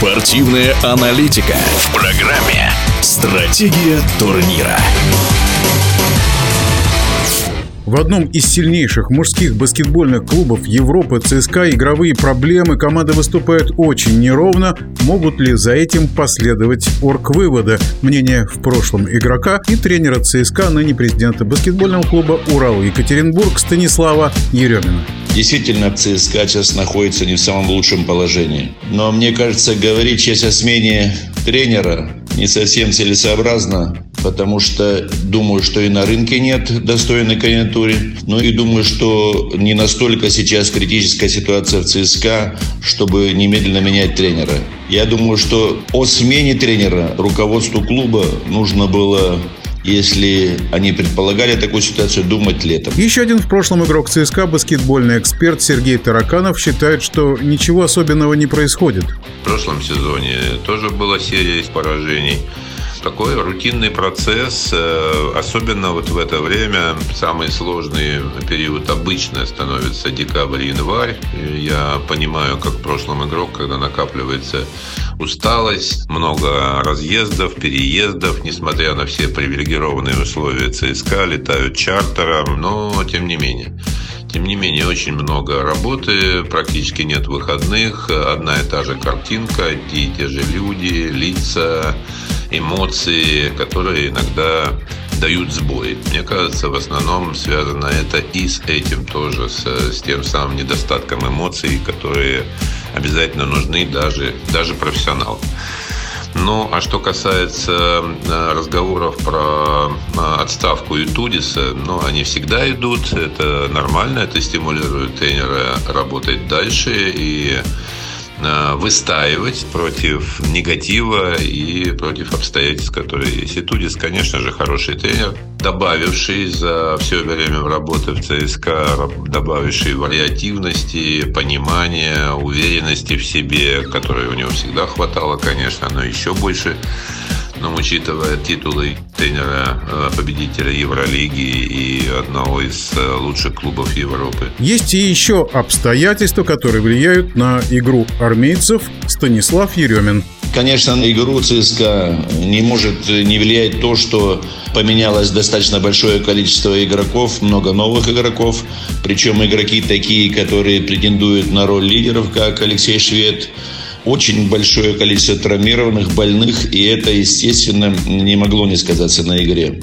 Спортивная аналитика в программе «Стратегия турнира». В одном из сильнейших мужских баскетбольных клубов Европы ЦСКА игровые проблемы, команда выступает очень неровно. Могут ли за этим последовать оргвыводы? Мнение в прошлом игрока и тренера ЦСКА, ныне президента баскетбольного клуба «Урал-Екатеринбург» Станислава Еремина. Действительно, ЦСКА сейчас находится не в самом лучшем положении. Но мне кажется, говорить сейчас о смене тренера не совсем целесообразно, потому что думаю, что и на рынке нет достойной конъюнктуры. Ну и думаю, что не настолько сейчас критическая ситуация в ЦСКА, чтобы немедленно менять тренера. Я думаю, что о смене тренера руководству клуба нужно было, если они предполагали такую ситуацию, думать летом. Еще один в прошлом игрок ЦСКА, баскетбольный эксперт Сергей Тараканов, считает, что ничего особенного не происходит. В прошлом сезоне тоже была серия из поражений. Такой рутинный процесс, особенно вот в это время, самый сложный период обычно становится декабрь и январь. Я понимаю, как в прошлом игрок, когда накапливается усталость, много разъездов, переездов, несмотря на все привилегированные условия ЦСКА, летают чартером, но тем не менее. Тем не менее, очень много работы, практически нет выходных, одна и та же картинка, те и те же люди, лица, эмоции, которые иногда дают сбой. Мне кажется, в основном связано это и с этим тоже, с тем самым недостатком эмоций, которые обязательно нужны даже профессионалам. Ну, а что касается разговоров про отставку Итудиса, они всегда идут, это нормально, это стимулирует тренера работать дальше и выстаивать против негатива и против обстоятельств, которые есть. Итудис, конечно же, хороший тренер, добавивший за все время работы в ЦСКА, добавивший вариативности, понимания, уверенности в себе, которой у него всегда хватало, конечно, но еще больше. Но учитывая титулы тренера, победителя Евролиги и одного из лучших клубов Европы. Есть и еще обстоятельства, которые влияют на игру армейцев. Станислав Еремин. Конечно, на игру ЦСКА не может не влиять то, что поменялось достаточно большое количество игроков, много новых игроков. Причем игроки такие, которые претендуют на роль лидеров, как Алексей Швед. Очень большое количество травмированных, больных, и это, естественно, не могло не сказаться на игре.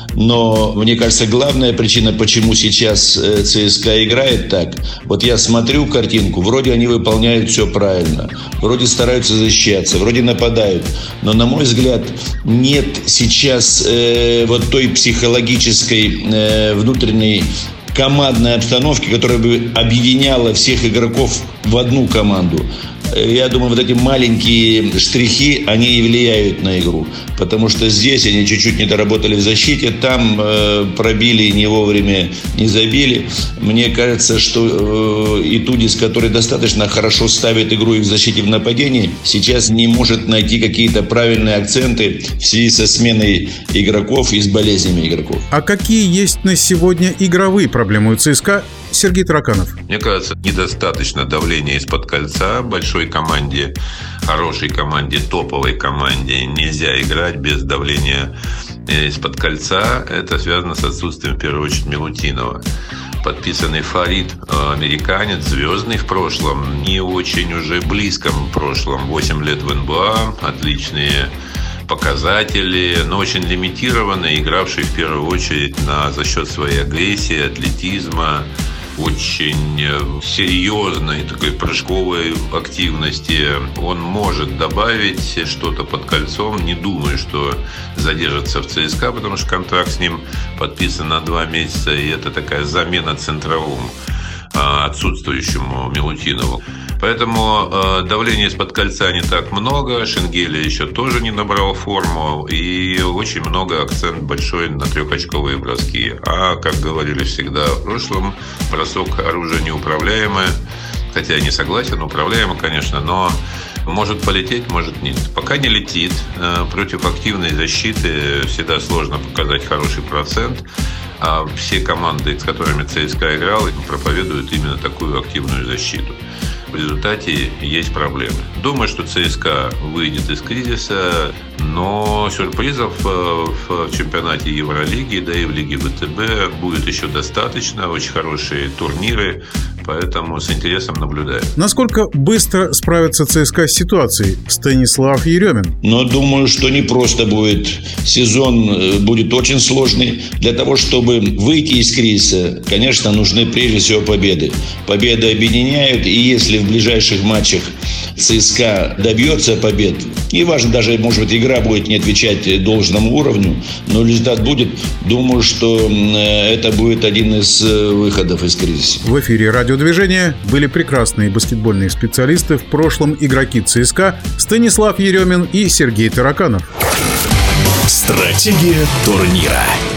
Но, мне кажется, главная причина, почему сейчас ЦСКА играет так, вот я смотрю картинку, вроде они выполняют все правильно, вроде стараются защищаться, вроде нападают, но, на мой взгляд, нет сейчас вот той психологической внутренней командной обстановки, которая бы объединяла всех игроков в одну команду. Я думаю, вот эти маленькие штрихи, они и влияют на игру. Потому что здесь они чуть-чуть не доработали в защите, там пробили не вовремя, не забили. Мне кажется, что Итудис, который достаточно хорошо ставит игру и в защите, и в нападении, сейчас не может найти какие-то правильные акценты в связи со сменой игроков и с болезнями игроков. А какие есть на сегодня игровые проблемы у ЦСКА? Сергей Тараканов. Мне кажется, недостаточно давления из-под кольца. Большой команде, хорошей команде, топовой команде нельзя играть без давления из-под кольца. Это связано с отсутствием, в первую очередь, Милутинова. Подписанный Фарид, американец, звездный в прошлом, не очень уже близком прошлом, 8 лет в НБА, отличные показатели, но очень лимитированный, игравший в первую очередь за счет своей агрессии, атлетизма, очень серьезной такой прыжковой активности. Он может добавить что-то под кольцом. Не думаю, что задержится в ЦСКА, потому что контракт с ним подписан на 2 месяца, и это такая замена центровому отсутствующему Милутинову. Поэтому давления из-под кольца не так много. Шенгеля еще тоже не набрал форму. И очень много акцент большой на трехочковые броски. А, как говорили всегда в прошлом, бросок оружия неуправляемое. Хотя я не согласен, управляемо, конечно, но может полететь, может нет. Пока не летит. Против активной защиты всегда сложно показать хороший процент. А все команды, с которыми ЦСКА играл, проповедуют именно такую активную защиту. В результате есть проблемы. Думаю, что ЦСКА выйдет из кризиса, но сюрпризов в чемпионате Евролиги, да и в Лиге ВТБ будет еще достаточно. Очень хорошие турниры, поэтому с интересом наблюдаем. Насколько быстро справится ЦСКА с ситуацией? Станислав Еремин. Но думаю, что не просто будет. Сезон будет очень сложный. Для того, чтобы выйти из кризиса, конечно, нужны прежде всего победы. Победы объединяют, и если в ближайших матчах ЦСКА добьется побед, неважно, даже, может быть, игра будет не отвечать должному уровню, но результат будет, думаю, что это будет один из выходов из кризиса. В эфире радиодвижения были прекрасные баскетбольные специалисты, в прошлом игроки ЦСКА Станислав Еремин и Сергей Тараканов. Стратегия турнира.